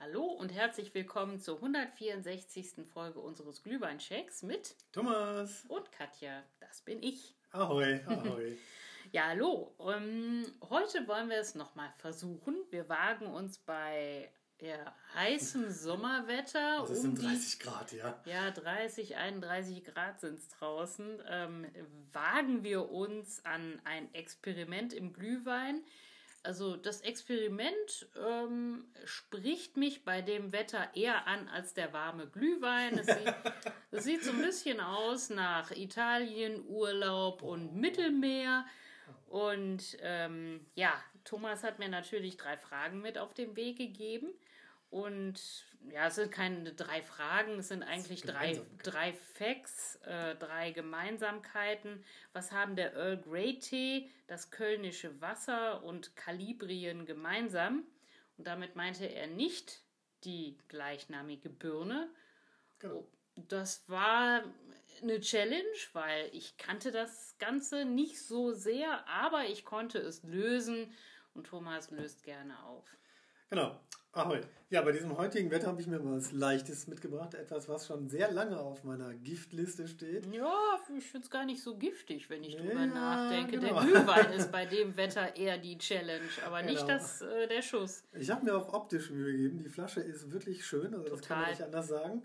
Hallo und herzlich willkommen zur 164. Folge unseres Glühweinchecks mit Thomas und Katja. Das bin ich. Ahoi, ahoi. Ja, hallo. Heute wollen wir es nochmal versuchen. Wir wagen uns bei heißem Sommerwetter. Das sind 30 Grad, ja. Ja, 30, 31 Grad sind es draußen. Wagen wir uns an ein Experiment im Glühwein. Also das Experiment spricht mich bei dem Wetter eher an als der warme Glühwein. Es sieht so ein bisschen aus nach Italien, Urlaub und Mittelmeer. Und Thomas hat mir natürlich 3 Fragen mit auf den Weg gegeben. Und ja, es sind keine 3 Fragen, es sind eigentlich drei Facts, 3 Gemeinsamkeiten. Was haben der Earl Grey Tee, das kölnische Wasser und Kalibrien gemeinsam? Und damit meinte er nicht die gleichnamige Birne. Genau. Das war eine Challenge, weil ich kannte das Ganze nicht so sehr, aber ich konnte es lösen und Thomas löst gerne auf. Genau. Ahoi. Ja, bei diesem heutigen Wetter habe ich mir was Leichtes mitgebracht. Etwas, was schon sehr lange auf meiner Giftliste steht. Ja, ich finde es gar nicht so giftig, wenn ich drüber nachdenke. Genau. Der Glühwein ist bei dem Wetter eher die Challenge, aber nicht der Schuss. Ich habe mir auch optisch Mühe gegeben. Die Flasche ist wirklich schön, also das kann man nicht anders sagen.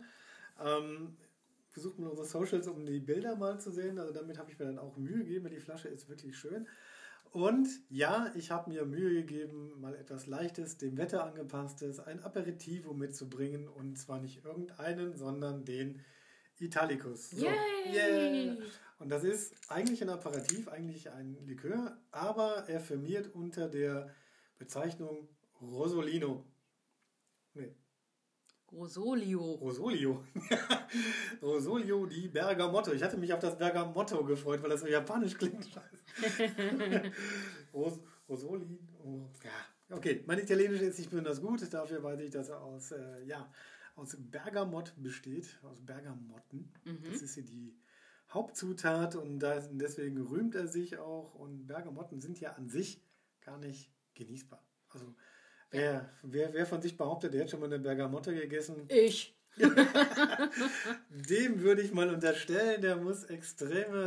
Versucht mal unsere Socials, um die Bilder mal zu sehen. Also damit habe ich mir dann auch Mühe gegeben. Die Flasche ist wirklich schön. Und ja, ich habe mir Mühe gegeben, mal etwas Leichtes, dem Wetter angepasstes, ein Aperitivo mitzubringen. Und zwar nicht irgendeinen, sondern den Italicus. So. Yay! Yeah. Und das ist eigentlich ein Aperitif, eigentlich ein Likör, aber er firmiert unter der Bezeichnung Rosolino. Nee. Rosolio. Rosolio di Bergamotto. Ich hatte mich auf das Bergamotto gefreut, weil das so japanisch klingt. Rosolino. Ja, okay. Mein Italienisch ist nicht besonders gut. Dafür weiß ich, dass er aus Bergamott besteht. Aus Bergamotten. Das ist hier die Hauptzutat und deswegen rühmt er sich auch. Und Bergamotten sind ja an sich gar nicht genießbar. Also Wer von sich behauptet, der hat schon mal eine Bergamotte gegessen? Ich. Dem würde ich mal unterstellen, der muss extreme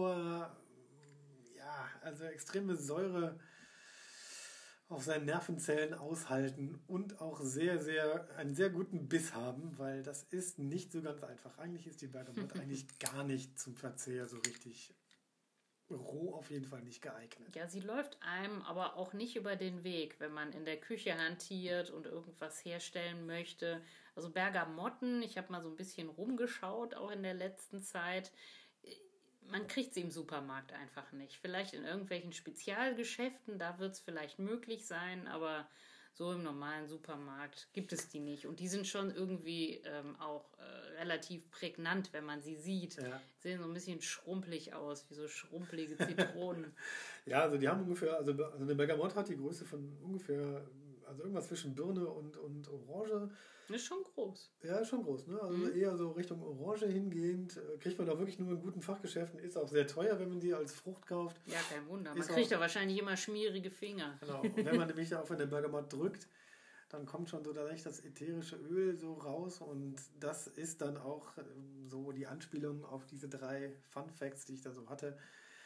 extreme Säure auf seinen Nervenzellen aushalten und auch einen sehr guten Biss haben, weil das ist nicht so ganz einfach. Eigentlich ist die Bergamotte eigentlich gar nicht zum Verzehr so richtig roh auf jeden Fall nicht geeignet. Ja, sie läuft einem aber auch nicht über den Weg, wenn man in der Küche hantiert und irgendwas herstellen möchte. Also Bergamotten, ich habe mal so ein bisschen rumgeschaut, auch in der letzten Zeit. Man kriegt sie im Supermarkt einfach nicht. Vielleicht in irgendwelchen Spezialgeschäften, da wird es vielleicht möglich sein, aber so im normalen Supermarkt gibt es die nicht. Und die sind schon irgendwie auch relativ prägnant, wenn man sie sieht. Ja. Sehen so ein bisschen schrumpelig aus, wie so schrumpelige Zitronen. Ja, also die haben ungefähr, also eine Bergamotte hat die Größe von ungefähr, also irgendwas zwischen Birne und Orange. Ist schon groß. Ja, ist schon groß, ne? Also eher so Richtung Orange hingehend. Kriegt man da wirklich nur in guten Fachgeschäften. Ist auch sehr teuer, wenn man die als Frucht kauft. Ja, kein Wunder. Man kriegt da wahrscheinlich immer schmierige Finger. Genau. Und wenn man nämlich auf eine Bergamotte drückt, dann kommt schon so das ätherische Öl so raus. Und das ist dann auch so die Anspielung auf diese 3 Fun Facts, die ich da so hatte.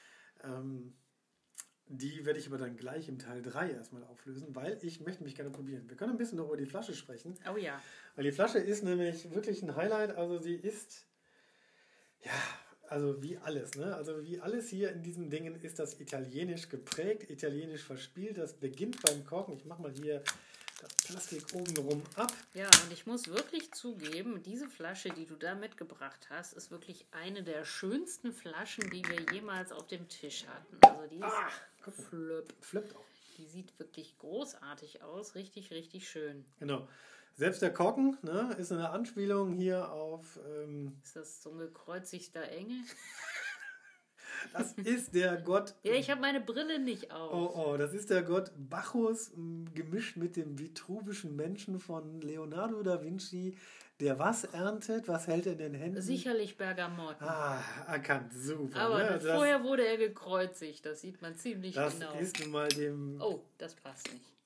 Die werde ich aber dann gleich im Teil 3 erstmal auflösen, weil ich möchte mich gerne probieren. Wir können ein bisschen noch über die Flasche sprechen. Oh ja. Weil die Flasche ist nämlich wirklich ein Highlight. Also sie ist, also wie alles, ne? Also wie alles hier in diesen Dingen ist das italienisch geprägt, italienisch verspielt. Das beginnt beim Korken. Ich mache mal hier das Plastik obenrum ab. Ja, und ich muss wirklich zugeben, diese Flasche, die du da mitgebracht hast, ist wirklich eine der schönsten Flaschen, die wir jemals auf dem Tisch hatten. Also die ist flippt auch. Die sieht wirklich großartig aus, richtig, richtig schön. Genau. Selbst der Korken, ne, ist eine Anspielung hier auf... ist das so ein gekreuzigter Engel? Das ist der Gott... Ja, ich habe meine Brille nicht auf. Oh, das ist der Gott Bacchus, gemischt mit dem vitruvischen Menschen von Leonardo da Vinci, der was erntet? Was hält er in den Händen? Sicherlich Bergamotten. Erkannt, super. Aber vorher wurde er gekreuzigt, das sieht man ziemlich genau. Das ist nun mal dem... Oh, das passt nicht.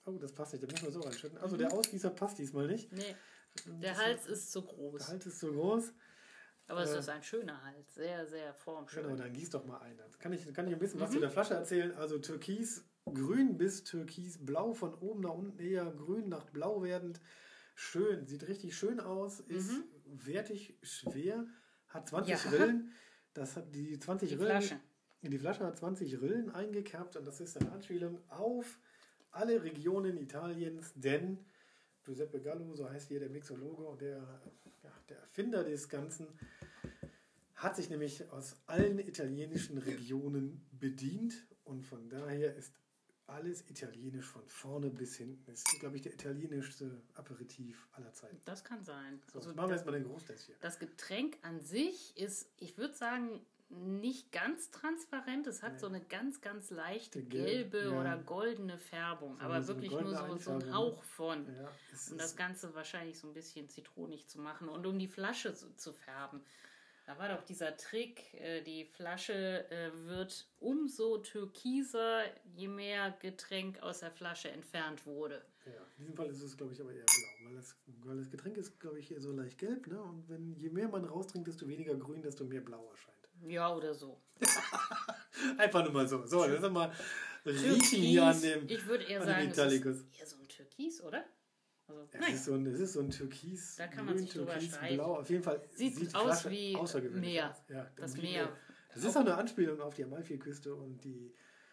Oh, das passt nicht, da müssen wir so reinschütten. Also der Ausgießer passt diesmal nicht. Nee, der Hals ist zu groß. Der Hals ist zu groß. Aber es ist ein schöner Hals, sehr, sehr formschön. Genau, dann gieß doch mal ein. Dann kann ich ein bisschen was zu der Flasche erzählen. Also türkisgrün bis türkisblau, von oben nach unten eher grün nach blau werdend. Schön, sieht richtig schön aus, ist wertig schwer, hat 20 Rillen. Das hat die 20 Rillen. Flasche. Die Flasche hat 20 Rillen eingekerbt und das ist eine Anspielung auf alle Regionen Italiens, denn Giuseppe Gallo, so heißt hier der Mixologe und der Erfinder des Ganzen, hat sich nämlich aus allen italienischen Regionen bedient und von daher ist alles italienisch von vorne bis hinten. Das ist, glaube ich, der italienischste Aperitif aller Zeiten. Das kann sein. So, also machen wir erstmal den Großtest hier. Das Getränk an sich ist, ich würde sagen, nicht ganz transparent. Es hat so eine ganz, ganz leichte gelbe oder goldene Färbung. So, aber wirklich nur so ein Hauch von. Ja, um das Ganze wahrscheinlich so ein bisschen zitronig zu machen und um die Flasche zu färben. Da war doch dieser Trick, die Flasche wird umso türkiser, je mehr Getränk aus der Flasche entfernt wurde. Ja, in diesem Fall ist es, glaube ich, aber eher blau, weil das Getränk ist, glaube ich, eher so leicht gelb, ne? Und je mehr man raustrinkt, desto weniger grün, desto mehr blau erscheint. Ja, oder so. Einfach nur mal so. So, lass uns mal riechen hier an dem Ich würde eher sagen, es ist eher so ein Türkis, oder? Also, es ist so ein Türkis, da kann man sich drüber streiten. Blau. Auf jeden Fall sieht aus wie Meer. Aus. Ja, das Meer. Das ist auch eine Anspielung auf die Amalfiküste und die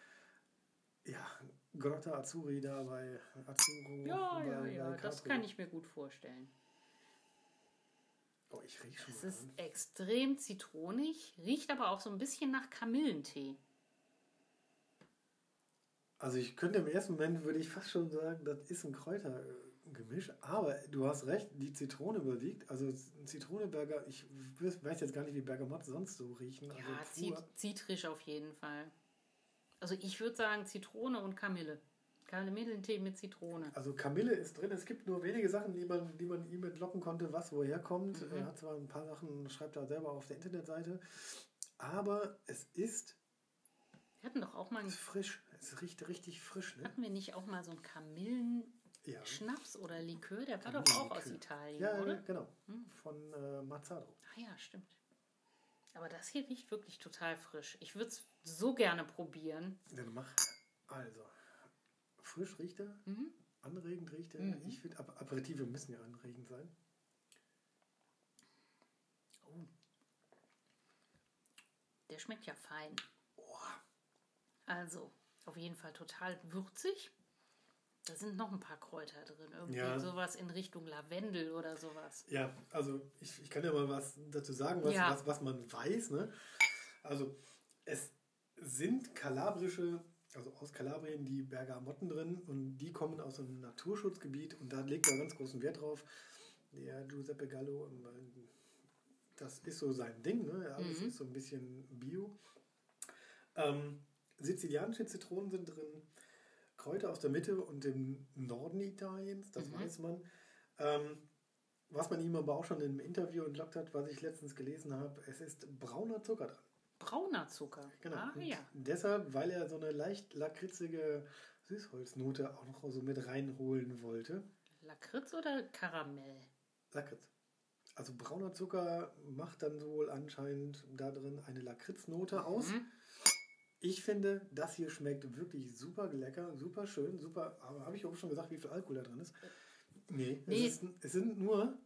Grotta Azzurri da bei Azzurro. Ja, das kann ich mir gut vorstellen. Oh, ich rieche schon mal. Es ist extrem zitronig, riecht aber auch so ein bisschen nach Kamillentee. Also ich könnte im ersten Moment, würde ich fast schon sagen, das ist ein Kräutergemisch, aber du hast recht, die Zitrone überwiegt. Also Zitroneberger, ich weiß jetzt gar nicht, wie Bergamotte sonst so riechen. Ja, also zitrisch auf jeden Fall. Also ich würde sagen Zitrone und Kamille. Kamillentee mit Zitrone. Also Kamille ist drin. Es gibt nur wenige Sachen, die man ihm entlocken konnte, was woher kommt. Er hat zwar ein paar Sachen, schreibt er selber auf der Internetseite, aber es ist Wir hatten doch auch mal frisch. Es riecht richtig frisch. Ne? Hatten wir nicht auch mal so einen Kamillen-Schnaps oder Likör? Der war doch auch aus Italien, oder? Ja, genau. Von Mazzaro. Ah ja, stimmt. Aber das hier riecht wirklich total frisch. Ich würde es so gerne probieren. Dann mach. Also, frisch riecht er, anregend riecht er. Ich finde, Aperitive müssen ja anregend sein. Oh. Der schmeckt ja fein. Also, auf jeden Fall total würzig. Da sind noch ein paar Kräuter drin. Irgendwie sowas in Richtung Lavendel oder sowas. Ja, also ich kann ja mal was dazu sagen, was man weiß. Ne? Also, es sind kalabrische, also aus Kalabrien, die Bergamotten drin und die kommen aus einem Naturschutzgebiet und da legt er ganz großen Wert drauf. Der Giuseppe Gallo, das ist so sein Ding. Ne? Alles ist so ein bisschen Bio. Sizilianische Zitronen sind drin, Kräuter aus der Mitte und dem Norden Italiens, das weiß man. Was man ihm aber auch schon im Interview entlockt hat, was ich letztens gelesen habe, es ist brauner Zucker dran. Brauner Zucker? Genau. Deshalb, weil er so eine leicht lakritzige Süßholznote auch noch so mit reinholen wollte. Lakritz oder Karamell? Lakritz. Also brauner Zucker macht dann wohl anscheinend da drin eine Lakritznote aus. Ich finde, das hier schmeckt wirklich super lecker, super schön, super. Aber habe ich auch schon gesagt, wie viel Alkohol da drin ist? Nee. Es sind nur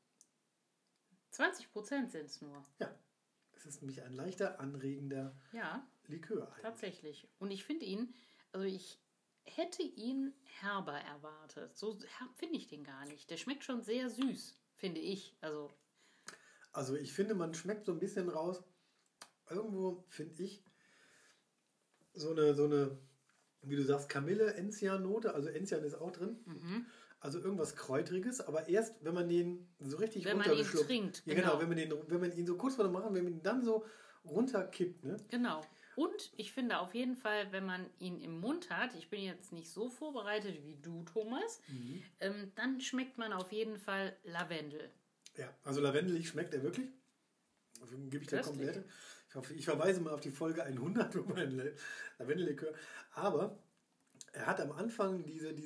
20% sind es nur. Ja. Es ist nämlich ein leichter, anregender Likör eigentlich. Tatsächlich. Und ich finde ihn, also ich hätte ihn herber erwartet. So herb finde ich den gar nicht. Der schmeckt schon sehr süß, finde ich. Also ich finde, man schmeckt so ein bisschen raus. Irgendwo finde ich so eine, wie du sagst, Kamille, Enzian-Note. Also Enzian ist auch drin. Also irgendwas Kräutriges, aber erst, wenn man den so richtig runtergeschluckt. Wenn man ihn trinkt, ja, genau. Wenn man ihn so kurz vor dem Machen, wenn man ihn dann so runterkippt. Ne? Genau. Und ich finde auf jeden Fall, wenn man ihn im Mund hat, ich bin jetzt nicht so vorbereitet wie du, Thomas, dann schmeckt man auf jeden Fall Lavendel. Ja, also lavendelig schmeckt er wirklich. Gebe ich dir komplett. Ich verweise mal auf die Folge 100 über ein Lavendellikör. Aber er hat am Anfang diese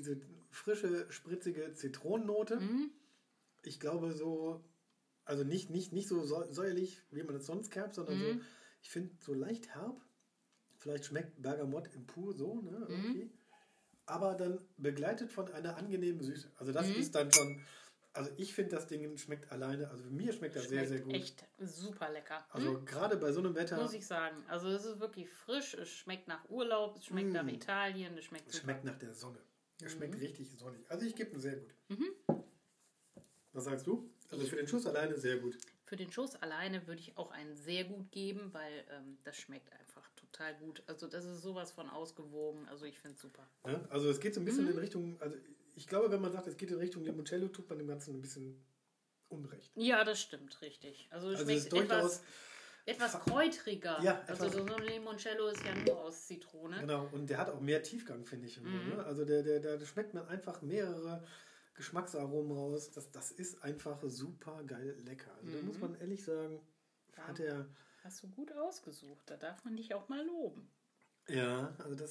frische, spritzige Zitronennote. Ich glaube so, also nicht so säuerlich, wie man es sonst kennt, sondern so, ich finde so leicht herb. Vielleicht schmeckt Bergamott im Pur so, ne, irgendwie. Aber dann begleitet von einer angenehmen Süße. Also das ist dann schon, also ich finde, das Ding schmeckt alleine, also mir schmeckt das sehr, sehr gut. Echt super lecker. Also gerade bei so einem Wetter. Muss ich sagen. Also es ist wirklich frisch, es schmeckt nach Urlaub, es schmeckt nach Italien, es schmeckt super. Es schmeckt nach der Sonne. Es schmeckt richtig sonnig. Also ich gebe ihn sehr gut. Was sagst du? Also für den Schuss alleine sehr gut. Für den Schuss alleine würde ich auch einen sehr gut geben, weil das schmeckt einfach total gut. Also das ist sowas von ausgewogen. Also ich finde es super. Ja, also es geht so ein bisschen in Richtung, also ich glaube, wenn man sagt, es geht in Richtung Limoncello, tut man dem Ganzen ein bisschen Unrecht. Ja, das stimmt, richtig. Also es schmeckt etwas kräutriger. Ja, also so ein Limoncello ist ja nur aus Zitrone. Genau, und der hat auch mehr Tiefgang, finde ich. Ne? Also da schmeckt man einfach mehrere Geschmacksaromen raus. Das ist einfach super geil lecker. Also da muss man ehrlich sagen, hast du gut ausgesucht. Da darf man dich auch mal loben. Ja, also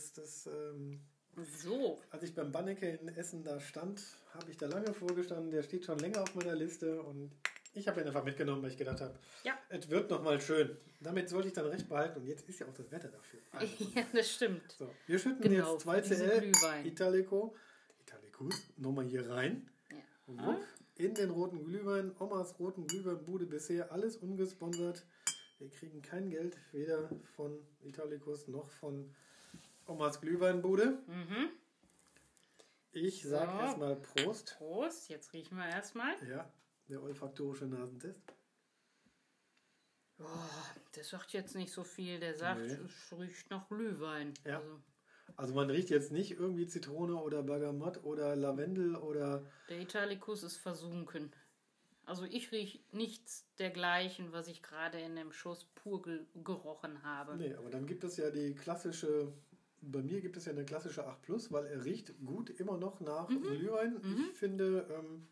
so. Als ich beim Banneke in Essen da stand, habe ich da lange vorgestanden. Der steht schon länger auf meiner Liste und ich habe ihn einfach mitgenommen, weil ich gedacht habe, es wird nochmal schön. Damit sollte ich dann recht behalten und jetzt ist ja auch das Wetter dafür. Also, ja, das stimmt. So, wir schütten jetzt 2 CL Italicus nochmal hier rein. Ja. In den roten Glühwein, Omas roten Glühweinbude, bisher alles ungesponsert. Wir kriegen kein Geld, weder von Italicus noch von Omas Glühweinbude. Ich sage erstmal Prost. Prost, jetzt riechen wir erstmal. Ja, der olfaktorische Nasentest. Oh, der sagt jetzt nicht so viel, der sagt, es riecht nach Glühwein. Ja. Also man riecht jetzt nicht irgendwie Zitrone oder Bergamott oder Lavendel oder... Der Italicus ist versunken. Also ich rieche nichts dergleichen, was ich gerade in dem Schuss pur gerochen habe. Nee, aber dann gibt es ja die klassische... Bei mir gibt es ja eine klassische 8+, weil er riecht gut immer noch nach Glühwein. Ich finde...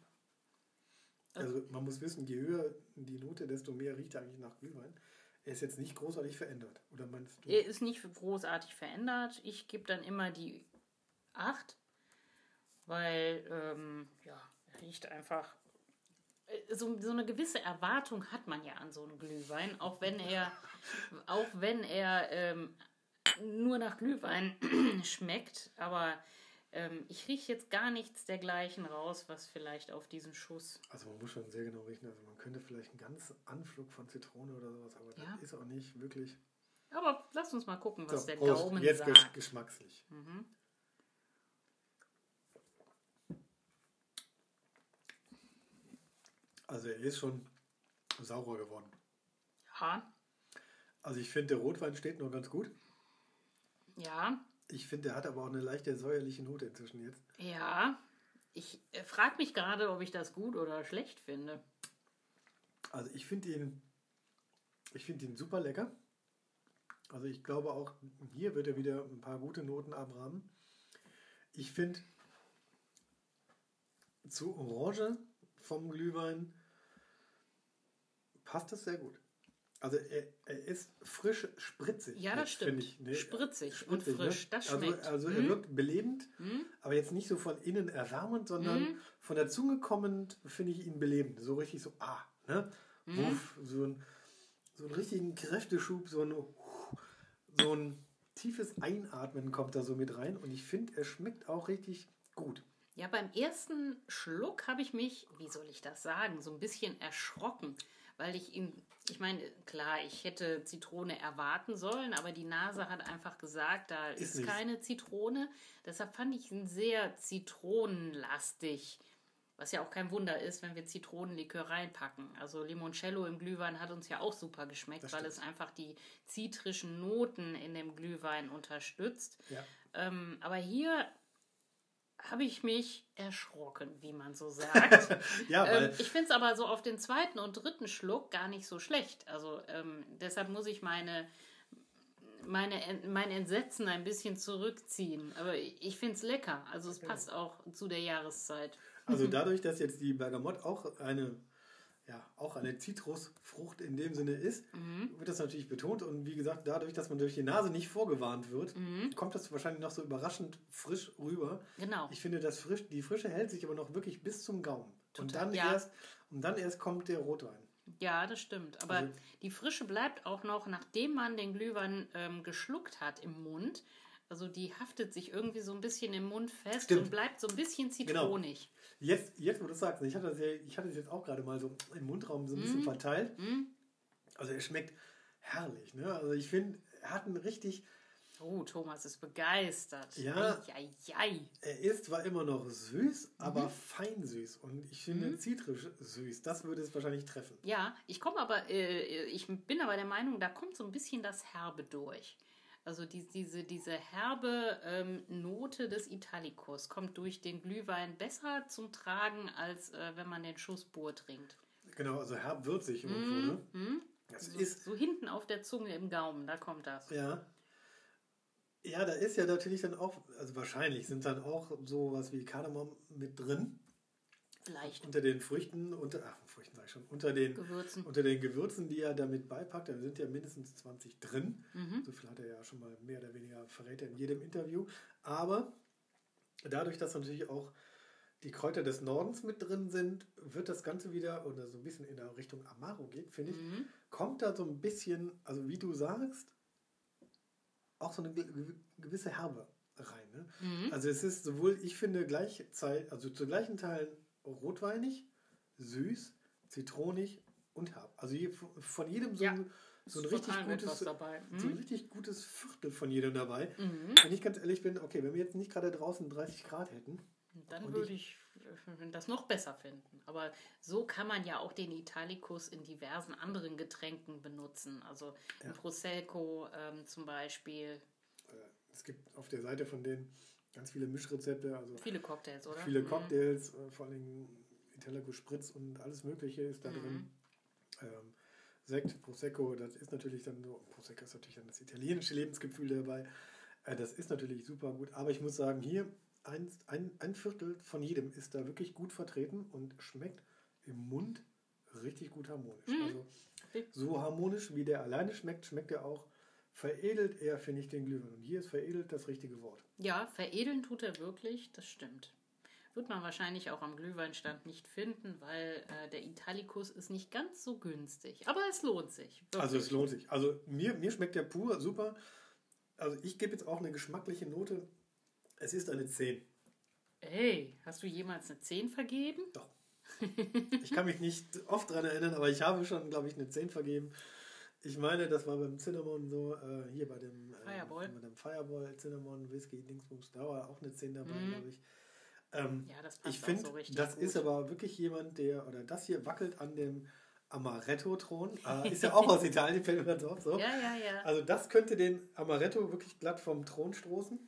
Also man muss wissen, je höher die Note, desto mehr riecht er eigentlich nach Glühwein. Er ist jetzt nicht großartig verändert, oder meinst du? Er ist nicht großartig verändert. Ich gebe dann immer die 8, weil, er riecht einfach... So eine gewisse Erwartung hat man ja an so einen Glühwein, auch wenn er nur nach Glühwein schmeckt, aber... ich rieche jetzt gar nichts dergleichen raus, was vielleicht auf diesen Schuss... Also man muss schon sehr genau riechen. Also man könnte vielleicht einen ganz Anflug von Zitrone oder sowas, aber das ist auch nicht wirklich... Aber lass uns mal gucken, was der Prost. Gaumen jetzt sagt. Geschmackslich. Also er ist schon saurer geworden. Ja. Also ich finde, der Rotwein steht noch ganz gut. Ja. Ich finde, der hat aber auch eine leichte säuerliche Note inzwischen jetzt. Ja, ich frage mich gerade, ob ich das gut oder schlecht finde. Also ich finde ihn super lecker. Also ich glaube auch, hier wird er wieder ein paar gute Noten abrahmen. Ich finde, zu Orange vom Glühwein passt das sehr gut. Also er ist frisch, spritzig. Ja, das stimmt. Ich, ne? Spritzig und frisch, ne? Das schmeckt. Also er wirkt belebend, aber jetzt nicht so von innen erwärmend, sondern von der Zunge kommend finde ich ihn belebend. So richtig so, ne? Wuff, so einen richtigen Kräfteschub, so ein tiefes Einatmen kommt da so mit rein und ich finde, er schmeckt auch richtig gut. Ja, beim ersten Schluck habe ich mich, wie soll ich das sagen, so ein bisschen erschrocken, weil ich meine, klar, ich hätte Zitrone erwarten sollen, aber die Nase hat einfach gesagt, da ist keine Zitrone. Deshalb fand ich ihn sehr zitronenlastig, was ja auch kein Wunder ist, wenn wir Zitronenlikör reinpacken. Also Limoncello im Glühwein hat uns ja auch super geschmeckt, weil es einfach die zitrischen Noten in dem Glühwein unterstützt. Ja. Aber hier habe ich mich erschrocken, wie man so sagt. Ja, ich finde es aber so auf den zweiten und dritten Schluck gar nicht so schlecht. Also deshalb muss ich mein Entsetzen ein bisschen zurückziehen. Aber ich finde es lecker. Also es passt auch zu der Jahreszeit. Also dadurch, dass jetzt die Bergamott auch eine auch eine Zitrusfrucht in dem Sinne ist, wird das natürlich betont. Und wie gesagt, dadurch, dass man durch die Nase nicht vorgewarnt wird, kommt das wahrscheinlich noch so überraschend frisch rüber. Genau. Ich finde, die Frische hält sich aber noch wirklich bis zum Gaumen. Total, und dann erst kommt der Rotwein. Ja, das stimmt. Aber die Frische bleibt auch noch, nachdem man den Glühwein geschluckt hat im Mund. Also die haftet sich irgendwie so ein bisschen im Mund fest und bleibt so ein bisschen zitronig. Genau. Jetzt, wo du das sagst, ich hatte es jetzt auch gerade mal so im Mundraum so ein bisschen verteilt. Also er schmeckt herrlich. Ne? Also ich finde, er hat einen richtig... Oh, Thomas ist begeistert. Ja, er ist zwar immer noch süß, aber fein süß. Und ich finde zitrisch süß. Das würde es wahrscheinlich treffen. Ja, ich bin aber der Meinung, da kommt so ein bisschen das Herbe durch. Also diese herbe Note des Italicus kommt durch den Glühwein besser zum Tragen, als wenn man den Schuss Bur trinkt. Genau, also herb würzig irgendwo, ne? Das ist so hinten auf der Zunge im Gaumen, da kommt das. Ja, da ist ja natürlich dann auch, also wahrscheinlich sind dann auch sowas wie Kardamom mit drin. Vielleicht. Unter den Früchten, unter den Gewürzen, die er damit beipackt. Da sind ja mindestens 20 drin. So viel hat er ja schon mal mehr oder weniger verrät er in jedem Interview. Aber dadurch, dass natürlich auch die Kräuter des Nordens mit drin sind, wird das Ganze wieder, oder so ein bisschen in der Richtung Amaro geht, finde ich, kommt da so ein bisschen, also wie du sagst, auch so eine gewisse Herbe rein. Ne? Also es ist sowohl, ich finde, zu gleichen Teilen rotweinig, süß, zitronig und herb. Also von jedem so ein richtig gutes Viertel von jedem dabei. Wenn ich ganz ehrlich bin, okay, wenn wir jetzt nicht gerade draußen 30 Grad hätten, dann würde ich das noch besser finden. Aber so kann man ja auch den Italicus in diversen anderen Getränken benutzen. Also in Prosecco zum Beispiel. Es gibt auf der Seite von denen ganz viele Mischrezepte. Also viele Cocktails, oder? Viele Cocktails, vor allem Italicus Spritz und alles Mögliche ist da drin. Sekt, Prosecco, das ist natürlich dann so, Prosecco ist natürlich dann das italienische Lebensgefühl dabei. Das ist natürlich super gut. Aber ich muss sagen, hier ein Viertel von jedem ist da wirklich gut vertreten und schmeckt im Mund richtig gut harmonisch. Also so harmonisch, wie der alleine schmeckt er auch. Veredelt er, finde ich, den Glühwein. Und hier ist veredelt das richtige Wort. Ja, veredeln tut er wirklich, das stimmt. Wird man wahrscheinlich auch am Glühweinstand nicht finden, weil der Italicus ist nicht ganz so günstig. Aber es lohnt sich. Wirklich. Also es lohnt sich. Also mir schmeckt der pur super. Also ich gebe jetzt auch eine geschmackliche Note. Es ist eine 10. Ey, hast du jemals eine 10 vergeben? Doch. Ich kann mich nicht oft daran erinnern, aber ich habe schon, glaube ich, eine 10 vergeben. Ich meine, das war beim Cinnamon so, hier bei dem Fireball, Cinnamon, Whisky, Dingsbums, da war auch eine 10 dabei, glaube ich. Das passt ich finde, so richtig das gut. Ist aber wirklich jemand, das hier wackelt an dem Amaretto-Thron. Ist ja auch aus Italien, fällt mir das auf. So. Ja. Also das könnte den Amaretto wirklich glatt vom Thron stoßen.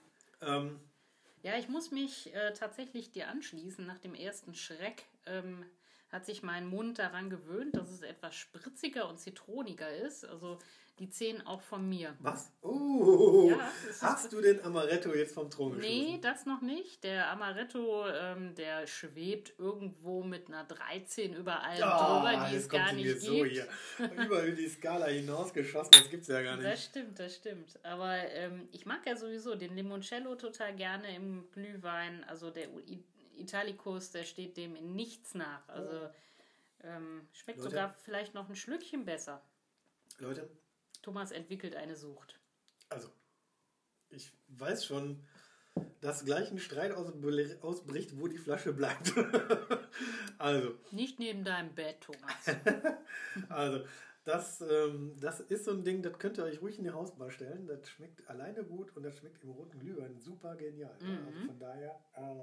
Ja, ich muss mich tatsächlich dir anschließen. Nach dem ersten Schreck hat sich mein Mund daran gewöhnt, dass es etwas spritziger und zitroniger ist. Also die 10 auch von mir. Was? Oh! Ja, hast du den Amaretto jetzt vom Thron gestoßen? Nee, das noch nicht. Der Amaretto, der schwebt irgendwo mit einer 13 über allem drüber, die es gar nicht gibt. So hier. Überall die Skala hinausgeschossen, das gibt's ja gar nicht. Das stimmt. Aber ich mag ja sowieso den Limoncello total gerne im Glühwein. Also der Italicus, der steht dem in nichts nach. Also schmeckt Leute, sogar vielleicht noch ein Schlückchen besser. Leute. Thomas entwickelt eine Sucht. Also, ich weiß schon, dass gleich ein Streit ausbricht, wo die Flasche bleibt. Also. Nicht neben deinem Bett, Thomas. Also, das ist so ein Ding, das könnt ihr euch ruhig in die Hausbar stellen. Das schmeckt alleine gut und das schmeckt im roten Glühwein super genial. Also von daher,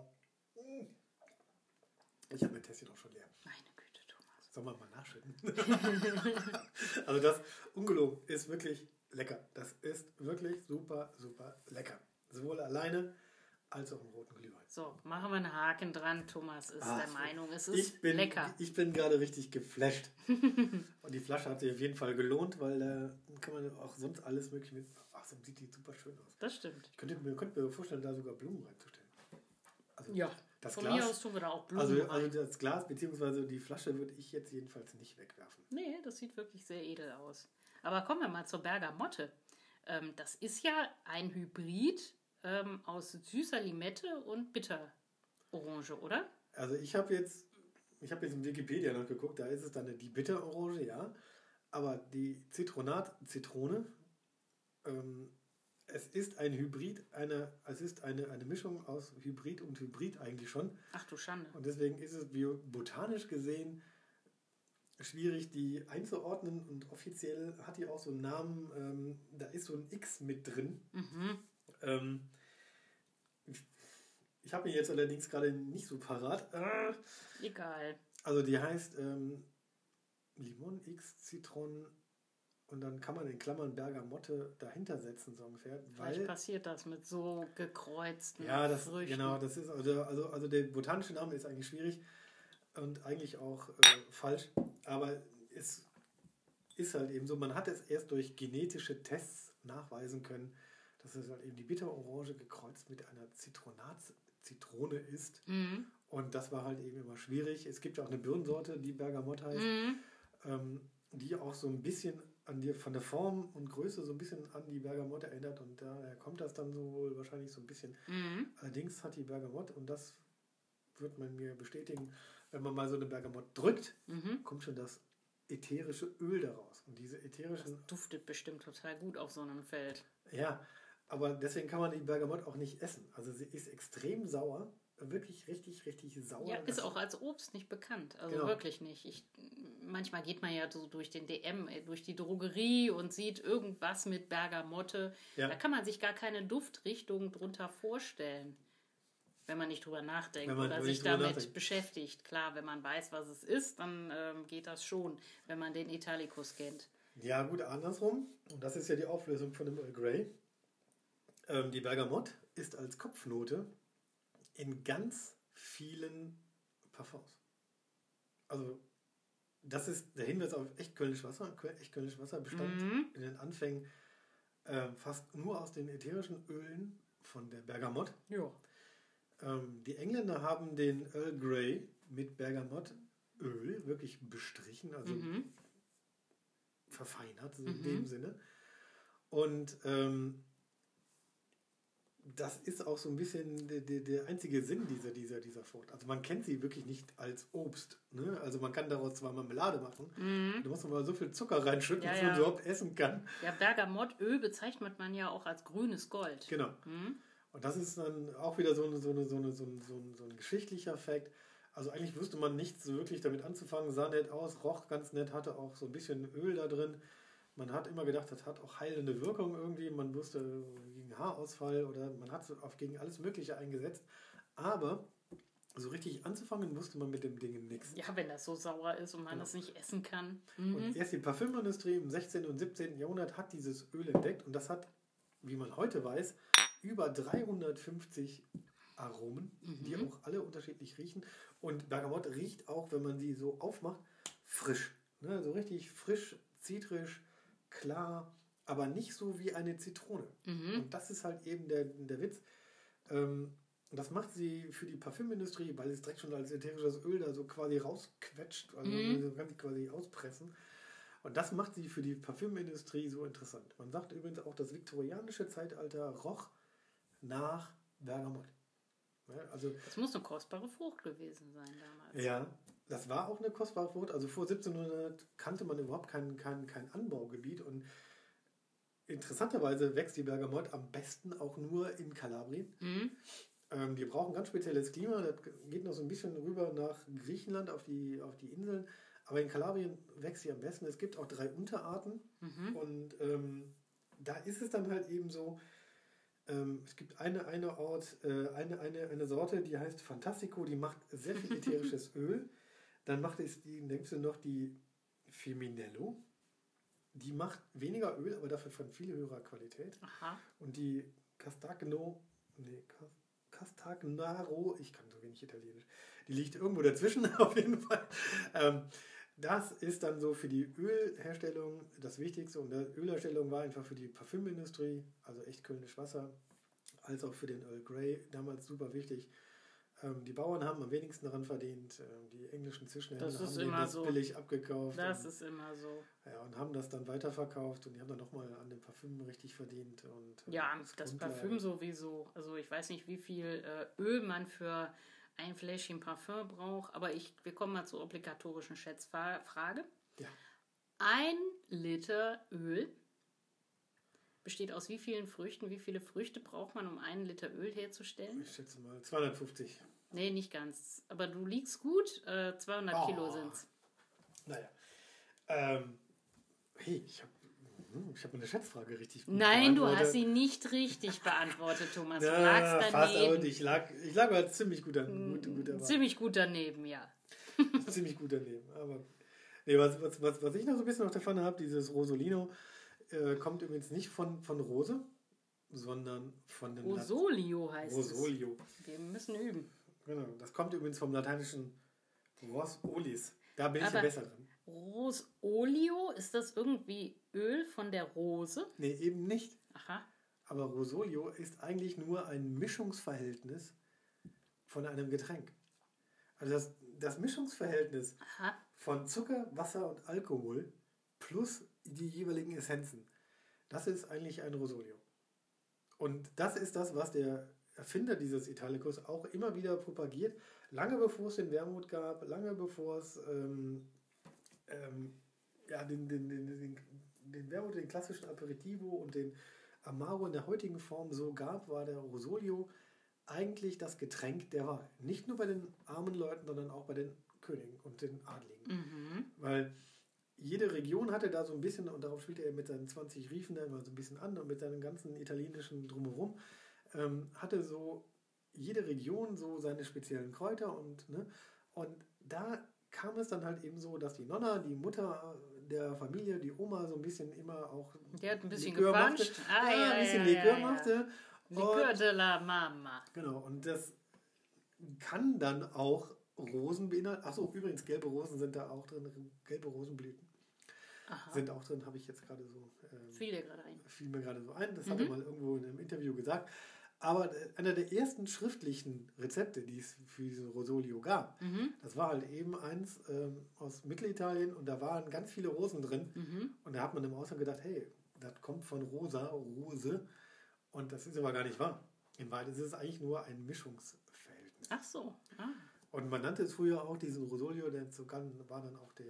ich habe mein Tässchen auch schon leer. Meine Güte, Thomas. Sollen wir mal nachschütten? Also das, ungelogen, ist wirklich lecker. Das ist wirklich super, super lecker. Sowohl alleine als auch im roten Glühwein. So, machen wir einen Haken dran. Thomas ist der Meinung, es ist lecker. Ich bin gerade richtig geflasht. Und die Flasche hat sich auf jeden Fall gelohnt, weil da kann man auch sonst alles mögliche mit... Ach, so sieht die super schön aus. Das stimmt. Ich könnte mir vorstellen, da sogar Blumen reinzustellen. Also ja. Das Von Glas, mir aus tun wir da auch Blumen rein. also das Glas bzw. die Flasche würde ich jetzt jedenfalls nicht wegwerfen. Nee, das sieht wirklich sehr edel aus. Aber kommen wir mal zur Bergamotte. Das ist ja ein Hybrid aus süßer Limette und Bitterorange, oder? Also ich habe jetzt in Wikipedia noch geguckt, da ist es dann die Bitterorange, ja. Aber die Zitrone, es ist ein Hybrid, es ist eine Mischung aus Hybrid und Hybrid eigentlich schon. Ach du Schande. Und deswegen ist es botanisch gesehen schwierig, die einzuordnen, und offiziell hat die auch so einen Namen, da ist so ein X mit drin. Ich habe ihn jetzt allerdings gerade nicht so parat. Egal. Also die heißt Limon X Citron, und dann kann man in Klammern Bergamotte dahinter setzen, so ungefähr. Vielleicht passiert das mit so gekreuzten Früchten. Genau, das ist also der botanische Name ist eigentlich schwierig und eigentlich auch falsch, aber es ist halt eben so, man hat es erst durch genetische Tests nachweisen können, dass es halt eben die Bitterorange gekreuzt mit einer Zitrone ist. Und das war halt eben immer schwierig. Es gibt ja auch eine Birnensorte, die Bergamotte heißt, die auch so ein bisschen von der Form und Größe so ein bisschen an die Bergamotte erinnert, und daher kommt das dann so wohl wahrscheinlich so ein bisschen. Allerdings hat die Bergamotte, und das wird man mir bestätigen, wenn man mal so eine Bergamotte drückt, kommt schon das ätherische Öl daraus. Und diese ätherischen... Das duftet bestimmt total gut auf so einem Feld. Ja, aber deswegen kann man die Bergamotte auch nicht essen. Also sie ist extrem sauer, wirklich richtig, richtig sauer. Ja, ist auch als Obst nicht bekannt. Also genau. Wirklich nicht. Manchmal geht man ja so durch den DM, durch die Drogerie und sieht irgendwas mit Bergamotte. Ja. Da kann man sich gar keine Duftrichtung drunter vorstellen, wenn man nicht drüber nachdenkt oder sich damit beschäftigt. Klar, wenn man weiß, was es ist, dann geht das schon, wenn man den Italicus kennt. Ja gut, andersrum. Und das ist ja die Auflösung von dem Earl Grey. Die Bergamotte ist als Kopfnote in ganz vielen Parfums. Also das ist der Hinweis auf echt Kölnisch Wasser. Echt Kölnisch Wasser bestand in den Anfängen fast nur aus den ätherischen Ölen von der Bergamotte. Ja. Die Engländer haben den Earl Grey mit Bergamottöl wirklich bestrichen, also verfeinert in dem Sinne. Und das ist auch so ein bisschen der einzige Sinn dieser Frucht. Also man kennt sie wirklich nicht als Obst. Ne? Also man kann daraus zwar Marmelade machen, da muss man aber so viel Zucker reinschütten, dass man überhaupt essen kann. Ja, Bergamottöl bezeichnet man ja auch als grünes Gold. Genau. Und das ist dann auch wieder so ein geschichtlicher Fakt. Also eigentlich wusste man nichts so wirklich damit anzufangen, sah nett aus, roch ganz nett, hatte auch so ein bisschen Öl da drin. Man hat immer gedacht, das hat auch heilende Wirkung irgendwie. Man wusste gegen Haarausfall oder man hat es gegen alles Mögliche eingesetzt. Aber so richtig anzufangen wusste man mit dem Ding nichts. Ja, wenn das so sauer ist und man das nicht essen kann. Und erst die Parfümindustrie im 16. und 17. Jahrhundert hat dieses Öl entdeckt. Und das hat, wie man heute weiß, über 350 Aromen, die auch alle unterschiedlich riechen. Und Bergamotte riecht auch, wenn man sie so aufmacht, frisch. Ne? So richtig frisch, zitrisch, klar, aber nicht so wie eine Zitrone. Und das ist halt eben der Witz. Das macht sie für die Parfümindustrie, weil es direkt schon als ätherisches Öl da so quasi rausquetscht, also man kann sie quasi auspressen. Und das macht sie für die Parfümindustrie so interessant. Man sagt übrigens auch, das viktorianische Zeitalter roch nach Bergamotte. Ja, also, das muss eine kostbare Frucht gewesen sein damals. Ja, das war auch eine kostbare Frucht. Also vor 1700 kannte man überhaupt kein Anbaugebiet. Und interessanterweise wächst die Bergamotte am besten auch nur in Kalabrien. Die brauchen ganz spezielles Klima. Das geht noch so ein bisschen rüber nach Griechenland auf die Inseln. Aber in Kalabrien wächst sie am besten. Es gibt auch 3 Unterarten. Und da ist es dann halt eben so, es gibt eine Sorte, die heißt Fantastico, die macht sehr viel ätherisches Öl. Dann denkst du noch die Feminello. Die macht weniger Öl, aber dafür von viel höherer Qualität. Aha. Und die Castagnaro, ich kann so wenig Italienisch, die liegt irgendwo dazwischen auf jeden Fall. Das ist dann so für die Ölherstellung das Wichtigste. Und die Ölherstellung war einfach für die Parfümindustrie, also echt Kölnisch Wasser, als auch für den Earl Grey damals super wichtig. Die Bauern haben am wenigsten daran verdient. Die englischen Zwischenhändler haben denen das billig abgekauft. Das ist immer so. Ja, und haben das dann weiterverkauft und die haben dann nochmal an dem Parfüm richtig verdient. Und, ja, das Parfüm sowieso. Also ich weiß nicht, wie viel Öl man für ein Fläschchen Parfüm braucht, aber wir kommen mal zur obligatorischen Schätzfrage. Ja. 1 Liter Öl besteht aus wie vielen Früchten? Wie viele Früchte braucht man, um 1 Liter Öl herzustellen? Ich schätze mal 250. Nee, nicht ganz. Aber du liegst gut. 200 Kilo sind es. Naja. Hey, ich habe eine Schätzfrage richtig gut Nein, du hast sie nicht richtig beantwortet, Thomas. Du lagst daneben. Fast, ich lag halt ziemlich gut daneben. Ziemlich gut daneben, ja. Ziemlich gut daneben. Aber nee, was ich noch so ein bisschen auf der Pfanne habe, dieses Rosolino, kommt übrigens nicht von Rose, sondern von dem Rosolio heißt Rosolio. es. Wir müssen üben. Genau, das kommt übrigens vom lateinischen Ros olis. Da bin ich besser drin. Rosolio, ist das irgendwie Öl von der Rose? Nee, eben nicht. Aha. Aber Rosolio ist eigentlich nur ein Mischungsverhältnis von einem Getränk. Also das Mischungsverhältnis von Zucker, Wasser und Alkohol plus die jeweiligen Essenzen, das ist eigentlich ein Rosolio. Und das ist das, was der Erfinder dieses Italicus auch immer wieder propagiert, lange bevor es den Wermut gab, lange bevor es den Wermut, den klassischen Aperitivo und den Amaro in der heutigen Form so gab, war der Rosolio eigentlich das Getränk der Wahl. Nicht nur bei den armen Leuten, sondern auch bei den Königen und den Adligen. Mhm. Weil jede Region hatte da so ein bisschen, und darauf spielte er mit seinen 20 Riefen da immer so ein bisschen an und mit seinen ganzen italienischen Drumherum, hatte so jede Region so seine speziellen Kräuter und da kam es dann halt eben so, dass die Nonna, die Mutter der Familie, die Oma so ein bisschen immer auch die hat ein bisschen Likör gepanscht. Machte. Likör de la Mama. Genau, und das kann dann auch Rosen beinhalten. Achso, übrigens, gelbe Rosen sind da auch drin, gelbe Rosenblüten. Aha. Sind auch drin, habe ich jetzt gerade so. Fiel mir gerade so ein. Das hat er mal irgendwo in einem Interview gesagt. Aber einer der ersten schriftlichen Rezepte, die es für diesen Rosolio gab, das war halt eben eins aus Mittelitalien und da waren ganz viele Rosen drin. Und da hat man im Ausland gedacht, hey, das kommt von Rose. Und das ist aber gar nicht wahr. In Wahrheit ist es eigentlich nur ein Mischungsverhältnis. Ach so. Ah. Und man nannte es früher auch diesen Rosolio, war dann auch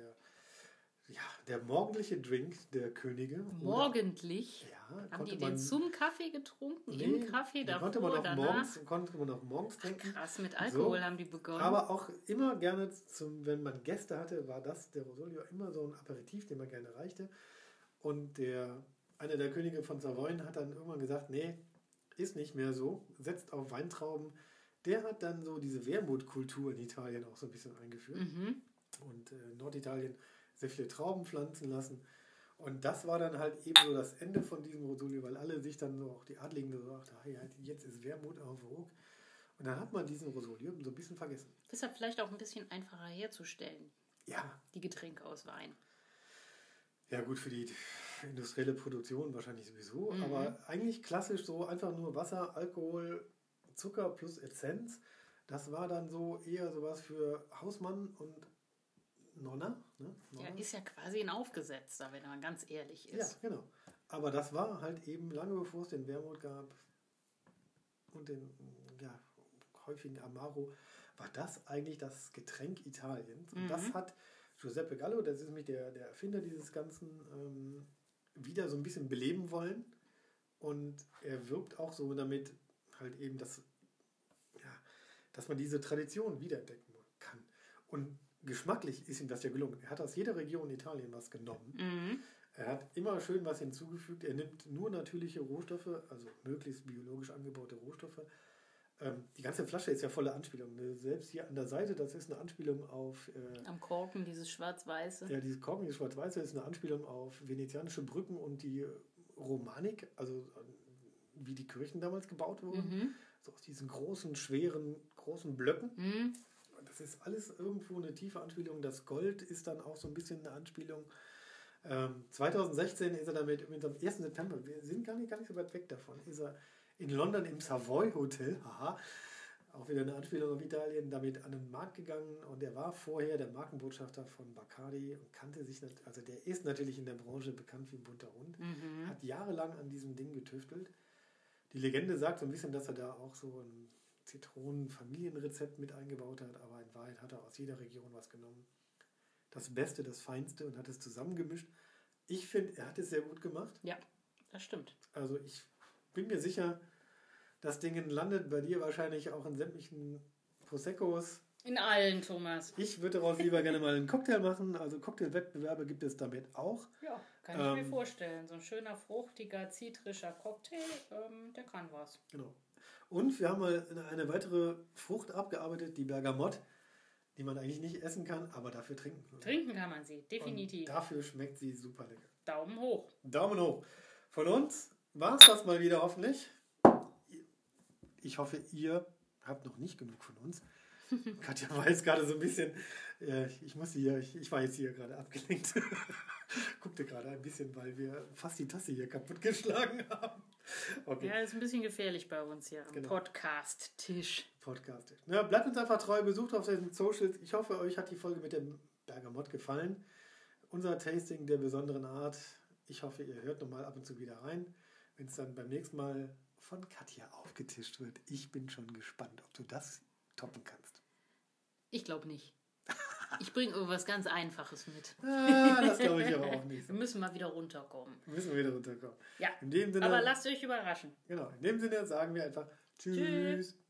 der morgendliche Drink der Könige. Morgendlich? Ja. Haben die den zum Kaffee getrunken? Nee, im Kaffee davor? Konnte man auch morgens trinken. Ach, krass, mit Alkohol haben die begonnen. Aber auch immer gerne, wenn man Gäste hatte, war der Rosolio immer so ein Aperitif, den man gerne reichte. Und einer der Könige von Savoyen hat dann irgendwann gesagt, nee, ist nicht mehr so, setzt auf Weintrauben. Der hat dann so diese Wermutkultur in Italien auch so ein bisschen eingeführt. Und Norditalien sehr viele Trauben pflanzen lassen. Und das war dann halt eben so das Ende von diesem Rosolio, weil alle sich dann so, auch die Adligen, gesagt haben, hey, jetzt ist Wermut en vogue. Und dann hat man diesen Rosolio so ein bisschen vergessen. Ist ja vielleicht auch ein bisschen einfacher herzustellen. Ja. Die Getränke aus Wein. Ja gut, für die industrielle Produktion wahrscheinlich sowieso, aber eigentlich klassisch so einfach nur Wasser, Alkohol, Zucker plus Essenz. Das war dann so eher sowas für Hausmann und Nonna. Ne? Ja, ist ja quasi ein Aufgesetzter, wenn man ganz ehrlich ist. Ja, genau. Aber das war halt eben lange bevor es den Wermut gab und den häufigen Amaro, war das eigentlich das Getränk Italiens. Und das hat Giuseppe Gallo, das ist nämlich der Erfinder dieses Ganzen, wieder so ein bisschen beleben wollen. Und er wirbt auch so damit halt eben, dass man diese Tradition wiederentdecken kann. Und geschmacklich ist ihm das ja gelungen. Er hat aus jeder Region in Italien was genommen. Er hat immer schön was hinzugefügt. Er nimmt nur natürliche Rohstoffe, also möglichst biologisch angebaute Rohstoffe. Die ganze Flasche ist ja voller Anspielungen. Selbst hier an der Seite, das ist eine Anspielung auf... am Korken, dieses Schwarz-Weiße. Ja, dieses Korken, dieses Schwarz-Weiße ist eine Anspielung auf venezianische Brücken und die Romanik, also wie die Kirchen damals gebaut wurden. So aus diesen großen, schweren, großen Blöcken. Das ist alles irgendwo eine tiefe Anspielung. Das Gold ist dann auch so ein bisschen eine Anspielung. 2016 ist er damit, übrigens am 1. September, wir sind gar nicht so weit weg davon, ist er in London im Savoy Hotel, Auch wieder eine Anspielung auf Italien, damit an den Markt gegangen und er war vorher der Markenbotschafter von Bacardi und kannte sich, also der ist natürlich in der Branche bekannt wie ein bunter Hund, hat jahrelang an diesem Ding getüftelt. Die Legende sagt so ein bisschen, dass er da auch so ein Zitronen-Familienrezept mit eingebaut hat, aber in Wahrheit hat er aus jeder Region was genommen. Das Beste, das Feinste und hat es zusammengemischt. Ich finde, er hat es sehr gut gemacht. Ja, das stimmt. Also ich bin mir sicher, das Ding landet bei dir wahrscheinlich auch in sämtlichen Proseccos. In allen, Thomas. Ich würde daraus lieber gerne mal einen Cocktail machen. Also Cocktailwettbewerbe gibt es damit auch. Ja, kann ich mir vorstellen. So ein schöner, fruchtiger, zitrischer Cocktail, der kann was. Genau. Und wir haben mal eine weitere Frucht abgearbeitet, die Bergamotte, die man eigentlich nicht essen kann, aber dafür trinken kann. Trinken kann man sie, definitiv. Und dafür schmeckt sie super lecker. Daumen hoch. Daumen hoch. Von uns war es das mal wieder hoffentlich. Ich hoffe, ihr habt noch nicht genug von uns. Katja war jetzt gerade so ein bisschen, ich war jetzt hier gerade abgelenkt. Guckte gerade ein bisschen, weil wir fast die Tasse hier kaputt geschlagen haben. Okay. Ja, ist ein bisschen gefährlich bei uns hier am Podcast-Tisch. Podcast-Tisch. Ja, bleibt uns einfach treu, besucht auf den Socials. Ich hoffe, euch hat die Folge mit dem Bergamotte gefallen. Unser Tasting der besonderen Art. Ich hoffe, ihr hört nochmal ab und zu wieder rein, wenn es dann beim nächsten Mal von Katja aufgetischt wird. Ich bin schon gespannt, ob du das toppen kannst. Ich glaube nicht. Ich bringe irgendwas ganz Einfaches mit. Das glaube ich aber auch nicht. Wir müssen mal wieder runterkommen. Ja. Ja, In dem Sinne, aber lasst euch überraschen. Genau, in dem Sinne sagen wir einfach Tschüss.